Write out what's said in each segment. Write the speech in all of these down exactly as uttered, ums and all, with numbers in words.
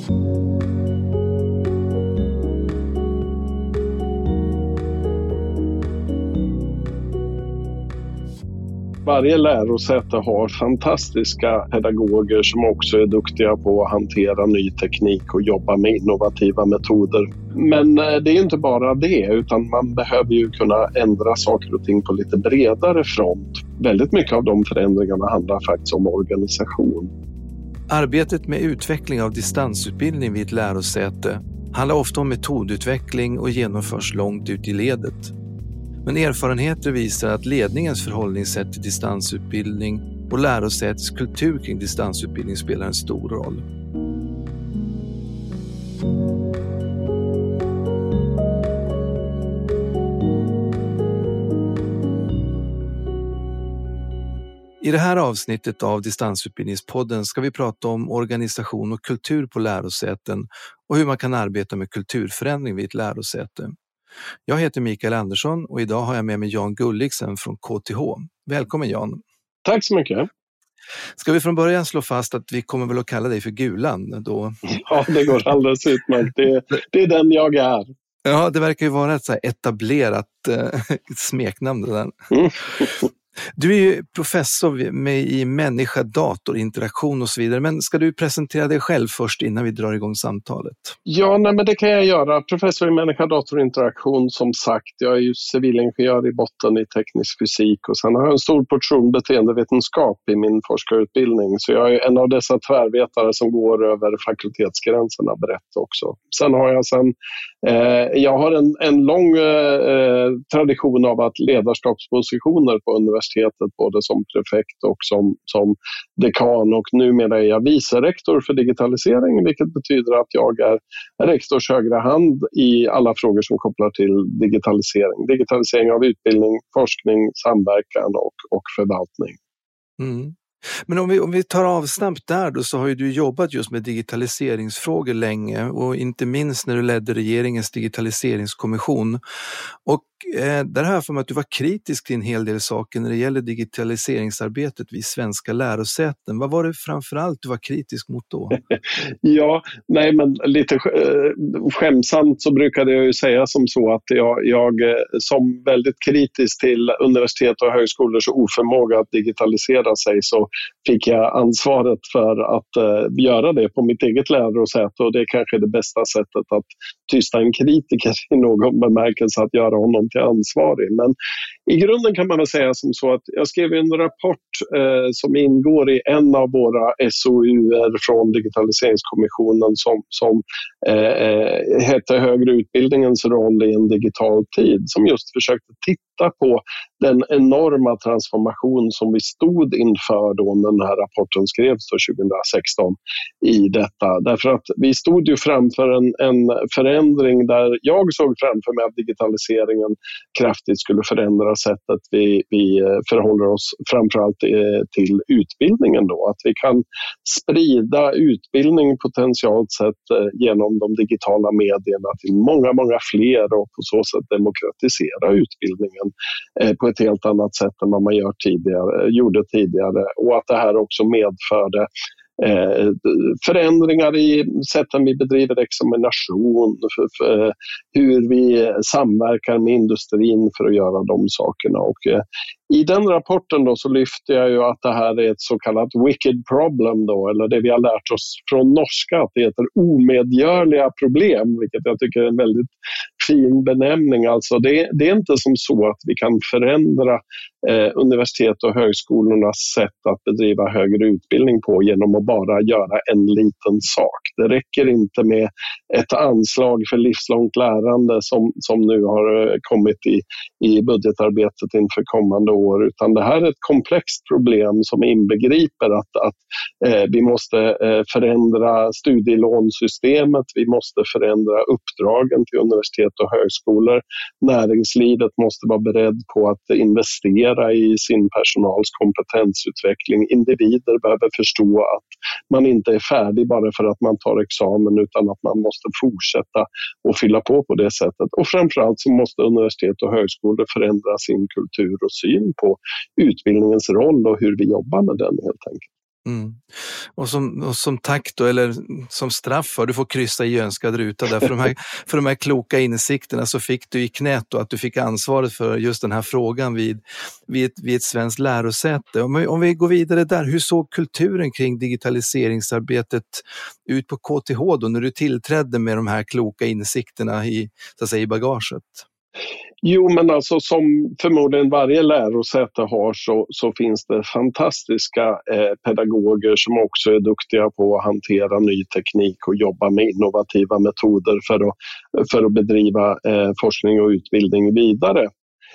Varje lärosäte har fantastiska pedagoger som också är duktiga på att hantera ny teknik och jobba med innovativa metoder. Men det är inte bara det, utan man behöver ju kunna ändra saker och ting på lite bredare front. Väldigt mycket av de förändringarna handlar faktiskt om organisation. Arbetet med utveckling av distansutbildning vid ett lärosäte handlar ofta om metodutveckling och genomförs långt ut i ledet. Men erfarenheter visar att ledningens förhållningssätt till distansutbildning och lärosätets kultur kring distansutbildning spelar en stor roll. I det här avsnittet av Distansutbildningspodden ska vi prata om organisation och kultur på lärosäten och hur man kan arbeta med kulturförändring vid ett lärosäte. Jag heter Mikael Andersson och idag har jag med mig Jan Gulliksen från K T H. Välkommen Jan. Tack så mycket. Ska vi från början slå fast att vi kommer väl att kalla dig för Gulan då? Ja, det går alldeles utmärkt. Det, det är den jag är. Ja, det verkar ju vara ett så här etablerat eh, smeknamn. Den. Mm. Du är ju professor med i människa-datorinteraktion och så vidare, men ska du presentera dig själv först innan vi drar igång samtalet? Ja, nej, men det kan jag göra. Professor i människa-datorinteraktion, som sagt. Jag är ju civilingenjör i botten i teknisk fysik och sen har jag en stor portion beteendevetenskap i min forskarutbildning. Så jag är en av dessa tvärvetare som går över fakultetsgränserna brett också. Sen har jag sen, eh, jag har en, en lång eh, tradition av att ledarskapspositioner på universitetet, både som prefekt och som, som dekan, och numera är jag vicerektor för digitalisering, vilket betyder att jag är rektors högra hand i alla frågor som kopplar till digitalisering. Digitalisering av utbildning, forskning, samverkan och, och förvaltning. Mm. Men om vi, om vi tar avstamp där då, så har ju du jobbat just med digitaliseringsfrågor länge och inte minst när du ledde regeringens digitaliseringskommission. Och eh, där har jag för mig att du var kritisk till en hel del saker när det gäller digitaliseringsarbetet vid svenska lärosäten. Vad var det framförallt du var kritisk mot då? Ja, nej men lite skämsamt så brukade jag ju säga som så att jag, jag som väldigt kritisk till universitet och högskolors oförmåga att digitalisera sig, så fick jag ansvaret för att uh, göra det på mitt eget lärosäte, och det är kanske det bästa sättet att tysta en kritiker i någon bemärkelse, att göra honom till ansvarig. Men i grunden kan man väl säga som så att jag skrev en rapport uh, som ingår i en av våra S O U:er från digitaliseringskommissionen som, som uh, hette Högre utbildningens roll i en digital tid, som just försökte titta på den enorma transformation som vi stod inför då när den här rapporten skrevs tjugohundrasexton i detta. Därför att vi stod ju framför en, en förändring där jag såg framför mig att digitaliseringen kraftigt skulle förändra sättet vi, vi förhåller oss framförallt till utbildningen då. Att vi kan sprida utbildning potentiellt sett genom de digitala medierna till många, många fler och på så sätt demokratisera utbildningen på ett helt annat sätt än vad man gör tidigare, gjorde tidigare, och att det här också medförde eh, förändringar i sätten vi bedriver examination, för, för, hur vi samverkar med industrin för att göra de sakerna. Och eh, i den rapporten då så lyfter jag ju att det här är ett så kallat wicked problem då, eller det vi har lärt oss från norska, att det heter omedgörliga problem, vilket jag tycker är en väldigt fin benämning. Alltså det, det är inte som så att vi kan förändra eh, universitet och högskolornas sätt att bedriva högre utbildning på genom att bara göra en liten sak. Det räcker inte med ett anslag för livslångt lärande som, som nu har kommit i, i budgetarbetet inför kommande år. Utan det här är ett komplext problem som inbegriper att, att eh, vi måste eh, förändra studielånsystemet, vi måste förändra uppdragen till universitet och högskolor. Näringslivet måste vara beredd på att investera i sin personals kompetensutveckling. Individer behöver förstå att man inte är färdig bara för att man tar examen, utan att man måste fortsätta och fylla på på det sättet. Och framförallt så måste universitet och högskolor förändra sin kultur och syn på utbildningens roll och hur vi jobbar med den helt enkelt. Mm. Och, som, och som tack då, eller som straff för, du får kryssa i önskad ruta där, för de här, för de här kloka insikterna så fick du i knät då att du fick ansvaret för just den här frågan vid, vid, ett, vid ett svenskt lärosäte. Om vi, om vi går vidare där, hur såg kulturen kring digitaliseringsarbetet ut på K T H då när du tillträdde med de här kloka insikterna i, så att säga, i bagaget? Jo, men alltså som förmodligen varje lärosäte har så, så finns det fantastiska eh, pedagoger som också är duktiga på att hantera ny teknik och jobba med innovativa metoder för att, för att bedriva eh, forskning och utbildning vidare.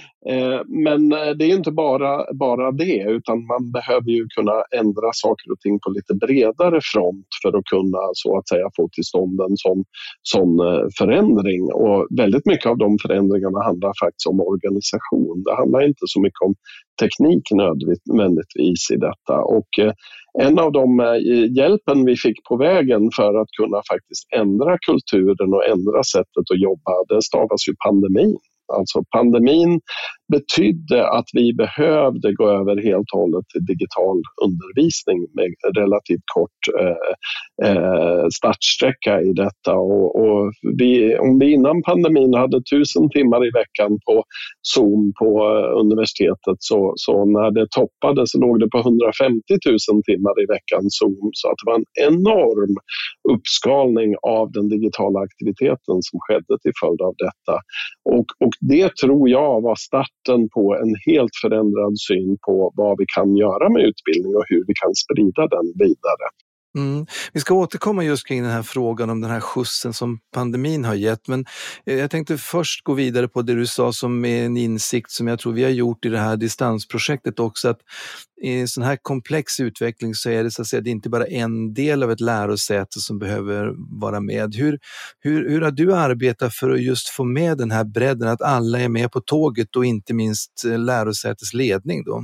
Eh, men det är inte bara, bara det, utan man behöver ju kunna ändra saker och ting på lite bredare front för att kunna så att säga få till stånd en sån, sån förändring. Och väldigt mycket av de förändringarna handlar faktiskt om organisation. Det handlar inte så mycket om teknik nödvändigtvis i detta. Och eh, en av de eh, hjälpen vi fick på vägen för att kunna faktiskt ändra kulturen och ändra sättet att jobba, det stavas ju pandemin. Alltså pandemin betydde att vi behövde gå över helt och hållet till digital undervisning med relativt kort eh, eh, startsträcka i detta. Och, och vi, om vi innan pandemin hade tusen timmar i veckan på Zoom på universitetet, så, så när det toppade så låg det på hundrafemtio tusen timmar i veckan Zoom. Så att det var en enorm uppskalning av den digitala aktiviteten som skedde till följd av detta. Och, och det tror jag var starten på en helt förändrad syn på vad vi kan göra med utbildning och hur vi kan sprida den vidare. Mm. Vi ska återkomma just kring den här frågan om den här skjutsen som pandemin har gett, men jag tänkte först gå vidare på det du sa som är en insikt som jag tror vi har gjort i det här distansprojektet också, att i en sån här komplex utveckling så är det så att säga det är inte bara en del av ett lärosäte som behöver vara med. Hur, hur, hur har du arbetat för att just få med den här bredden, att alla är med på tåget och inte minst lärosätets ledning då?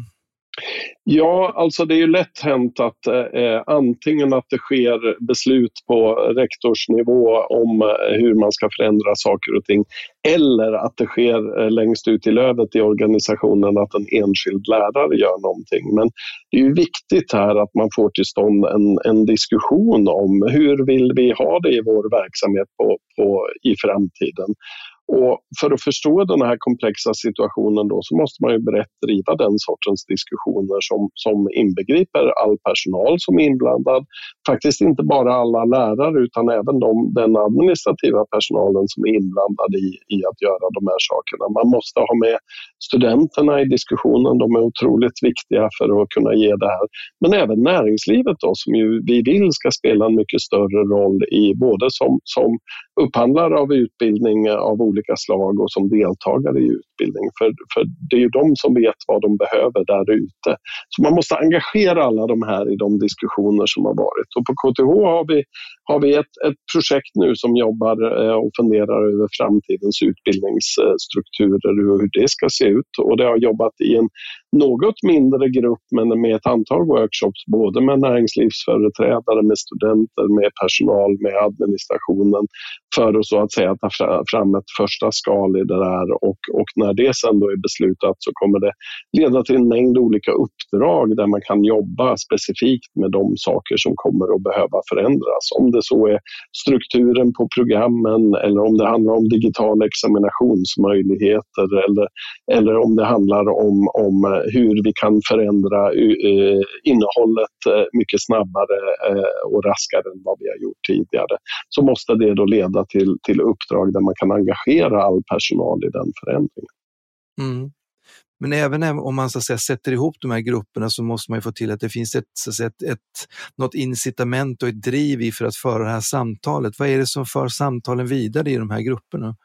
Ja, alltså det är ju lätt hänt att eh, antingen att det sker beslut på rektorsnivå om eh, hur man ska förändra saker och ting, eller att det sker eh, längst ut i lövet i organisationen att en enskild lärare gör någonting. Men det är ju viktigt här att man får till stånd en, en diskussion om hur vill vi ha det i vår verksamhet på, på, i framtiden. Och för att förstå den här komplexa situationen då, så måste man ju brett driva den sortens diskussioner som, som inbegriper all personal som är inblandad. Faktiskt inte bara alla lärare utan även de, den administrativa personalen som är inblandad i, i att göra de här sakerna. Man måste ha med studenterna i diskussionen, de är otroligt viktiga för att kunna ge det här. Men även näringslivet då, som ju vi vill ska spela en mycket större roll i både som, som upphandlare av utbildning av olika slag och som deltagare i utbildning. För, för det är ju de som vet vad de behöver där ute. Så man måste engagera alla de här i de diskussioner som har varit. Och på K T H har vi, har vi ett, ett projekt nu som jobbar eh, och funderar över framtidens utbildningsstrukturer och hur det ska se ut. Och det har jobbat i en något mindre grupp men med ett antal workshops både med näringslivsföreträdare, med studenter, med personal, med administrationen för att så att säga ta fram ett första skal i det där och, och när det sen då är beslutat så kommer det leda till en mängd olika uppdrag där man kan jobba specifikt med de saker som kommer att behöva förändras. Om det så är strukturen på programmen eller om det handlar om digitala examinationsmöjligheter eller, eller om det handlar om, om hur vi kan förändra uh, innehållet uh, mycket snabbare uh, och raskare än vad vi har gjort tidigare, så måste det då leda till, till uppdrag där man kan engagera all personal i den förändringen. Mm. Men även om man så att säga, sätter ihop de här grupperna så måste man ju få till att det finns ett, så att säga, ett, ett, något incitament och ett driv i för att föra det här samtalet. Vad är det som för samtalen vidare i de här grupperna?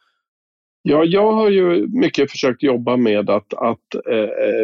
Ja, jag har ju mycket försökt jobba med att, att eh,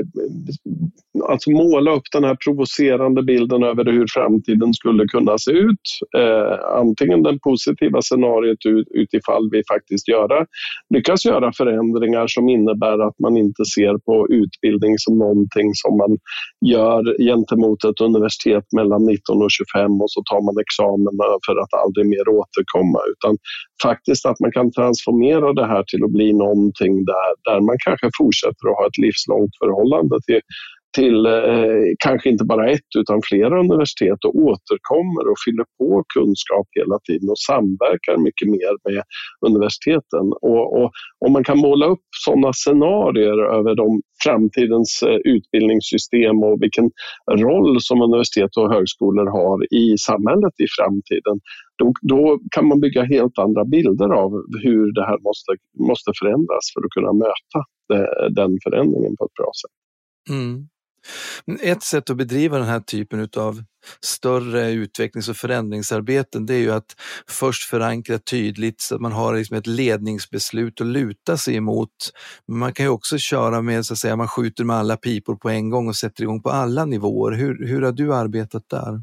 alltså måla upp den här provocerande bilden över hur framtiden skulle kunna se ut. Eh, antingen den positiva scenariot ut, utifall vi faktiskt göra, lyckas göra förändringar som innebär att man inte ser på utbildning som någonting som man gör gentemot ett universitet mellan nitton och tjugofem och så tar man examen för att aldrig mer återkomma, utan faktiskt att man kan transformera det här till att bli någonting där, där man kanske fortsätter att ha ett livslångt förhållande till, till eh, kanske inte bara ett utan flera universitet och återkommer och fyller på kunskap hela tiden och samverkar mycket mer med universiteten. Och, och om man kan måla upp sådana scenarier över de framtidens eh, utbildningssystem och vilken roll som universitet och högskolor har i samhället i framtiden, då, då kan man bygga helt andra bilder av hur det här måste, måste förändras för att kunna möta det, den förändringen på ett bra sätt. Mm. Ett sätt att bedriva den här typen av större utvecklings- och förändringsarbeten, det är ju att först förankra tydligt så att man har liksom ett ledningsbeslut att luta sig emot. Men man kan ju också köra med, så att säga, man skjuter med alla pipor på en gång och sätter igång på alla nivåer. Hur, hur har du arbetat där?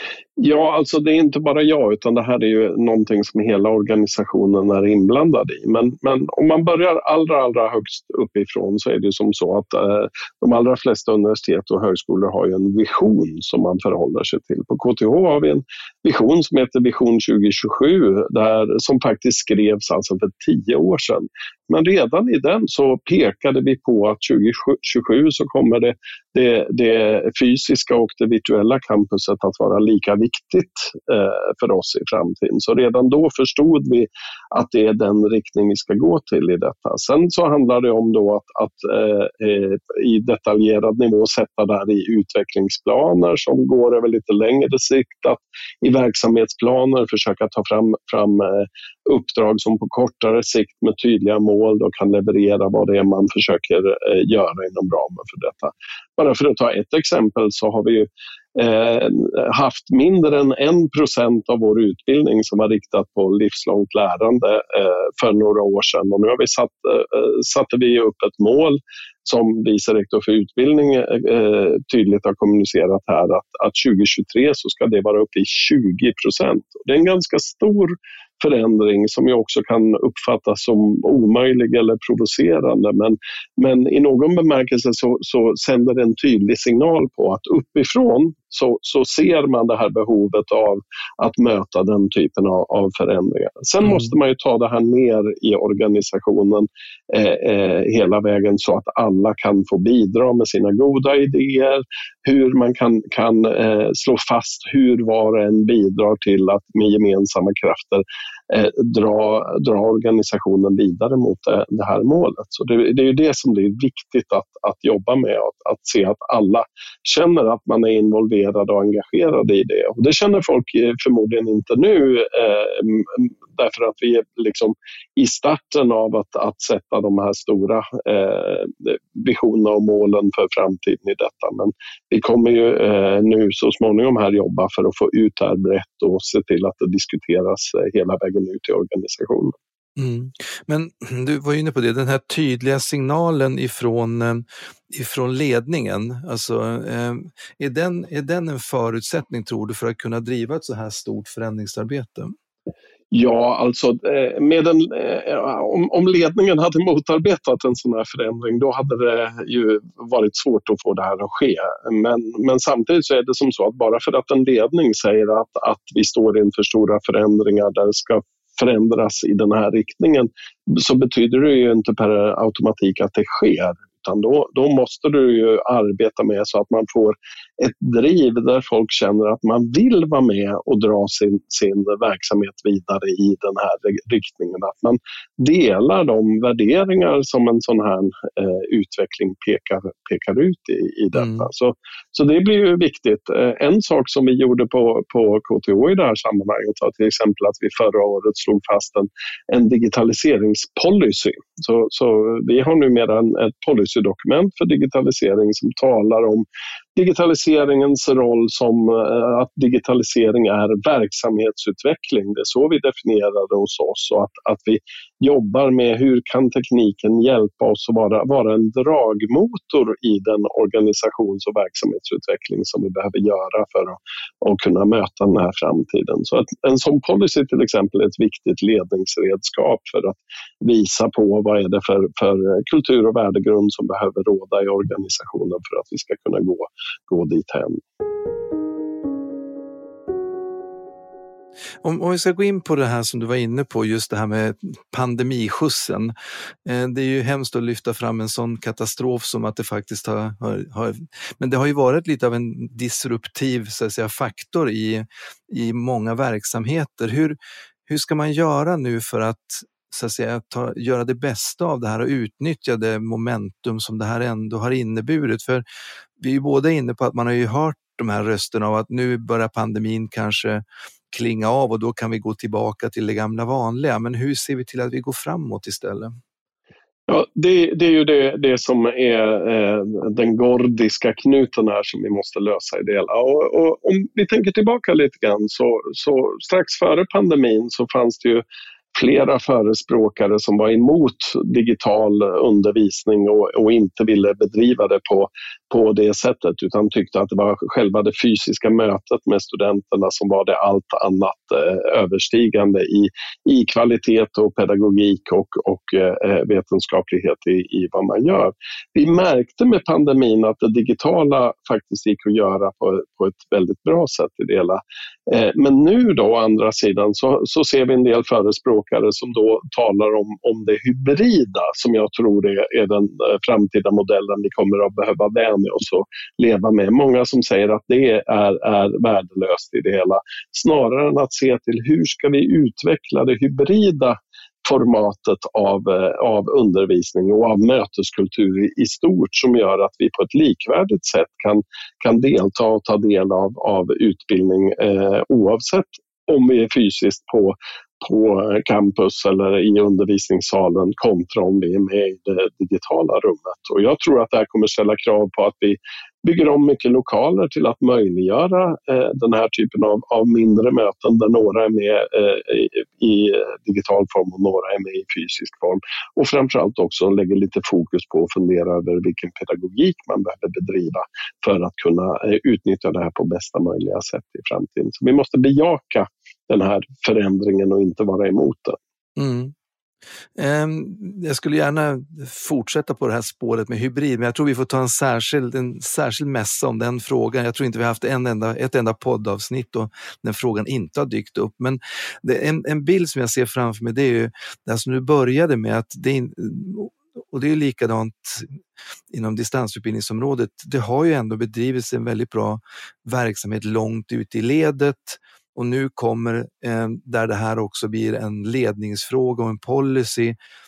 Ja, alltså det är inte bara jag, utan det här är ju någonting som hela organisationen är inblandad i. Men, men om man börjar allra, allra högst uppifrån så är det ju som så att eh, de allra flesta universitet och högskolor har ju en vision som man förhåller sig till. På K T H har vi en vision som heter Vision tjugo tjugosju, där, som faktiskt skrevs alltså för tio år sedan. Men redan i den så pekade vi på att tjugo tjugosju så kommer det, det, det fysiska och det virtuella campuset att vara lika viktigt eh, för oss i framtiden. Så redan då förstod vi att det är den riktning vi ska gå till i detta. Sen så handlar det om då att, att eh, i detaljerad nivå sätta där i utvecklingsplaner som går över lite längre sikt, att i verksamhetsplaner försöka ta fram, fram eh, uppdrag som på kortare sikt med tydliga mål då kan leverera vad det är man försöker eh, göra inom ramen för detta. Bara för att ta ett exempel så har vi ju eh, haft mindre än en procent av vår utbildning som var riktat på livslångt lärande eh, för några år sedan. Och nu har vi satt, eh, satte vi upp ett mål som vice rektor för utbildning eh, tydligt har kommunicerat här att, att tjugo tjugotre så ska det vara uppe i tjugo procent. Det är en ganska stor förändring som ju också kan uppfattas som omöjlig eller provocerande, men, men i någon bemärkelse så, så sänder det en tydlig signal på att uppifrån så, så ser man det här behovet av att möta den typen av, av förändringar. Sen mm. måste man ju ta det här ner i organisationen eh, eh, hela vägen så att alla kan få bidra med sina goda idéer, hur man kan, kan eh, slå fast hur var och en bidrar till att med gemensamma krafter eh, dra, dra organisationen vidare mot det, det här målet. Så det, det är ju det som blir viktigt att, att jobba med, att, att se att alla känner att man är involverad och engagerad i det. Och det känner folk förmodligen inte nu eh, därför att vi är liksom i starten av att, att sätta de här stora eh, visionerna och målen för framtiden i detta. Men vi kommer ju eh, nu så småningom här jobba för att få ut det här brett och se till att det diskuteras hela vägen ut i organisationen. Mm. Men du var inne på det, den här tydliga signalen ifrån, ifrån ledningen, alltså, är, den, är den en förutsättning, tror du, för att kunna driva ett så här stort förändringsarbete? Ja, alltså med en, om, om ledningen hade motarbetat en sån här förändring, då hade det ju varit svårt att få det här att ske. Men, men samtidigt så är det som så att bara för att en ledning säger att, att vi står inför stora förändringar där det ska förändras i den här riktningen, så betyder det ju inte per automatik att det sker. Utan då, då måste du ju arbeta med så att man får ett driv där folk känner att man vill vara med och dra sin, sin verksamhet vidare i den här riktningen. Att man delar de värderingar som en sån här eh, utveckling pekar, pekar ut i, i detta. Mm. Så, så det blir ju viktigt. En sak som vi gjorde på, på K T H i det här sammanhanget var till exempel att vi förra året slog fast en, en digitaliseringspolicy. Så, så vi har numera en, ett policydokument för digitalisering som talar om digitaliseringens roll som att digitalisering är verksamhetsutveckling. Det är så vi definierar det hos oss, och att, att vi jobbar med hur kan tekniken hjälpa oss att vara, vara en dragmotor i den organisations- och verksamhetsutveckling som vi behöver göra för att, att kunna möta den här framtiden. Så att en sån policy till exempel är ett viktigt ledningsredskap för att visa på vad är det för, för kultur och värdegrund som behöver råda i organisationen för att vi ska kunna gå gå dit hem. Om, om vi ska gå in på det här som du var inne på, just det här med pandemiskjutsen. Eh, det är ju hemskt att lyfta fram en sån katastrof som att det faktiskt har, har, har... Men det har ju varit lite av en disruptiv, så att säga, faktor i, i många verksamheter. Hur, hur ska man göra nu för att, så att säga, ta, göra det bästa av det här och utnyttja det momentum som det här ändå har inneburit? För vi är ju båda inne på att man har ju hört de här rösterna av att nu börjar pandemin kanske klinga av och då kan vi gå tillbaka till det gamla vanliga. Men hur ser vi till att vi går framåt istället? Ja, det, det är ju det, det som är eh, den gordiska knuten här som vi måste lösa i det hela. Och, och om vi tänker tillbaka lite grann så, så strax före pandemin så fanns det ju flera förespråkare som var emot digital undervisning och, och inte ville bedriva det på, på det sättet, utan tyckte att det var själva det fysiska mötet med studenterna som var det allt annat eh, överstigande i, i kvalitet och pedagogik och, och eh, vetenskaplighet i, i vad man gör. Vi märkte med pandemin att det digitala faktiskt gick att göra på, på ett väldigt bra sätt i det hela. Eh, men nu då å andra sidan så, så ser vi en del förespråkare som då talar om, om det hybrida som jag tror är, är den framtida modellen vi kommer att behöva vänja oss och leva med. Många som säger att det är, är värdelöst i det hela. Snarare än att se till hur ska vi utveckla det hybrida formatet av, av undervisning och av möteskultur i, i stort som gör att vi på ett likvärdigt sätt kan, kan delta och ta del av, av utbildning eh, oavsett om vi är fysiskt på på campus eller i undervisningssalen kontra om vi är med i det digitala rummet. Och jag tror att det här kommer ställa krav på att vi bygger om mycket lokaler till att möjliggöra eh, den här typen av, av mindre möten där några är med eh, i, i digital form och några är med i fysisk form. Och framförallt också lägger lite fokus på att fundera över vilken pedagogik man behöver bedriva för att kunna eh, utnyttja det här på bästa möjliga sätt i framtiden. Så vi måste bejaka den här förändringen och inte vara emot den. Mm. Jag skulle gärna fortsätta på det här spåret med hybrid, men jag tror vi får ta en särskild, en särskild mässa om den frågan. Jag tror inte vi har haft en enda, ett enda poddavsnitt och den frågan inte har dykt upp. Men det, en, en bild som jag ser framför mig, det är ju det som du började med, att det, och det är likadant inom distansutbildningsområdet. Det har ju ändå bedrivits en väldigt bra verksamhet långt ut i ledet. Och nu kommer eh, där det här också blir en ledningsfråga och en policy.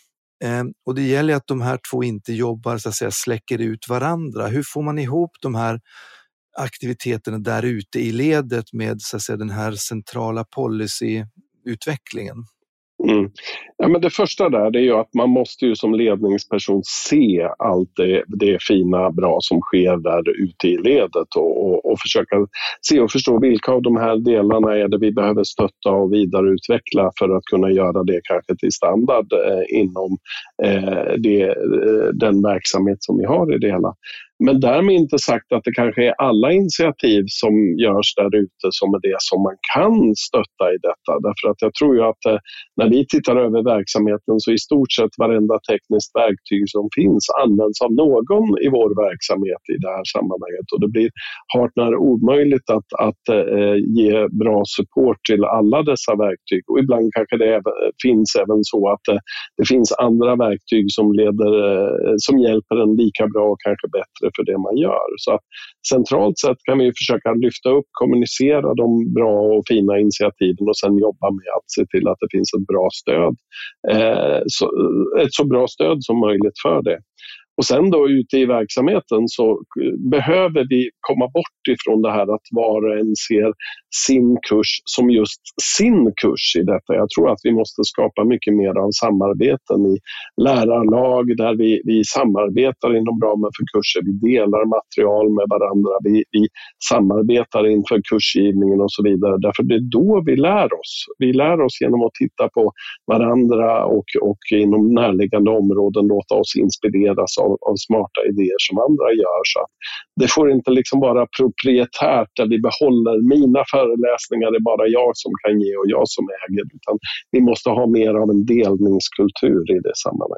Eh, och det gäller att de här två inte jobbar, så att säga, släcker ut varandra. Hur får man ihop de här aktiviteterna där ute i ledet med, så att säga, den här centrala policyutvecklingen? Mm. Ja, men det första där, det är ju att man måste ju som ledningsperson se allt det, det fina, bra som sker där ute i ledet och, och, och försöka se och förstå vilka av de här delarna är det vi behöver stötta och vidareutveckla för att kunna göra det kanske till standard eh, inom eh, det, eh, den verksamhet som vi har i det hela. Men därmed inte sagt att det kanske är alla initiativ som görs där ute som är det som man kan stötta i detta. Därför att jag tror ju att eh, när vi tittar över verksamheten så i stort sett varenda tekniskt verktyg som finns används av någon i vår verksamhet i det här sammanhanget. Och det blir hart när omöjligt att, att eh, ge bra support till alla dessa verktyg. Och ibland kanske det även, finns även så att eh, det finns andra verktyg som, leder, eh, som hjälper en lika bra och kanske bättre för det man gör. Så att centralt sett kan vi försöka lyfta upp, kommunicera de bra och fina initiativen och sen jobba med att se till att det finns ett bra stöd. Eh, så, ett så bra stöd som möjligt för det. Och sen då ute i verksamheten så behöver vi komma bort ifrån det här att var och en ser sin kurs som just sin kurs i detta. Jag tror att vi måste skapa mycket mer av samarbeten i lärarlag där vi, vi samarbetar inom ramen för kurser. Vi delar material med varandra. Vi, vi samarbetar inför kursgivningen och så vidare. Därför det är då vi lär oss. Vi lär oss genom att titta på varandra och, och inom närliggande områden låta oss inspireras av, av smarta idéer som andra gör. Så att det får inte liksom vara proprietärt där vi behåller mina föreläsningar, det är bara jag som kan ge och jag som äger, utan vi måste ha mer av en delningskultur i det sammanhanget.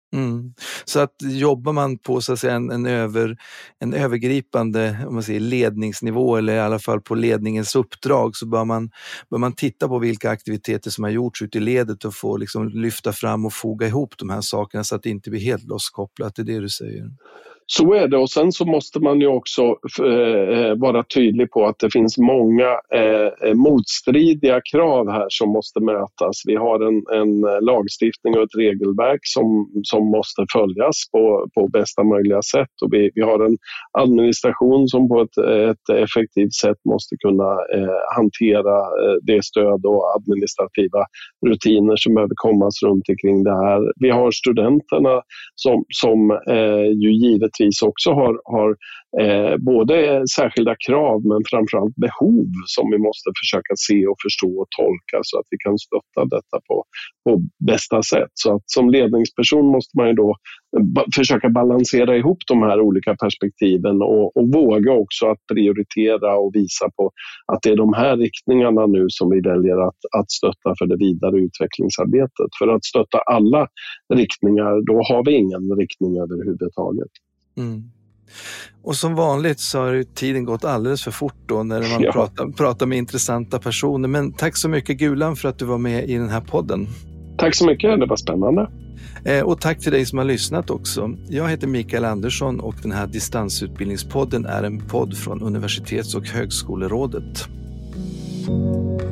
Mm. Så att jobbar man på så att säga, en, en, över, en övergripande om man säger, ledningsnivå eller i alla fall på ledningens uppdrag så bör man, bör man titta på vilka aktiviteter som har gjorts ute i ledet och få liksom, lyfta fram och foga ihop de här sakerna så att det inte blir helt losskopplat, det är det du säger. Så är det, och sen så måste man ju också eh, vara tydlig på att det finns många eh, motstridiga krav här som måste mötas. Vi har en, en lagstiftning och ett regelverk som, som måste följas på, på bästa möjliga sätt, och vi, vi har en administration som på ett, ett effektivt sätt måste kunna eh, hantera eh, det stöd och administrativa rutiner som behöver komma runt omkring det här. Vi har studenterna som, som eh, ju givet också har, har eh, både särskilda krav men framförallt behov som vi måste försöka se och förstå och tolka så att vi kan stötta detta på, på bästa sätt. Så att som ledningsperson måste man ju då ba- försöka balansera ihop de här olika perspektiven och, och våga också att prioritera och visa på att det är de här riktningarna nu som vi väljer att, att stötta för det vidare utvecklingsarbetet. För att stötta alla riktningar, då har vi ingen riktning överhuvudtaget. Mm. Och som vanligt så har tiden gått alldeles för fort då när man ja. pratar, pratar med intressanta personer. Men tack så mycket Gulan för att du var med i den här podden. Tack så mycket, det var spännande. Eh, och tack till dig som har lyssnat också. Jag heter Mikael Andersson och den här distansutbildningspodden är en podd från Universitets- och högskolerådet.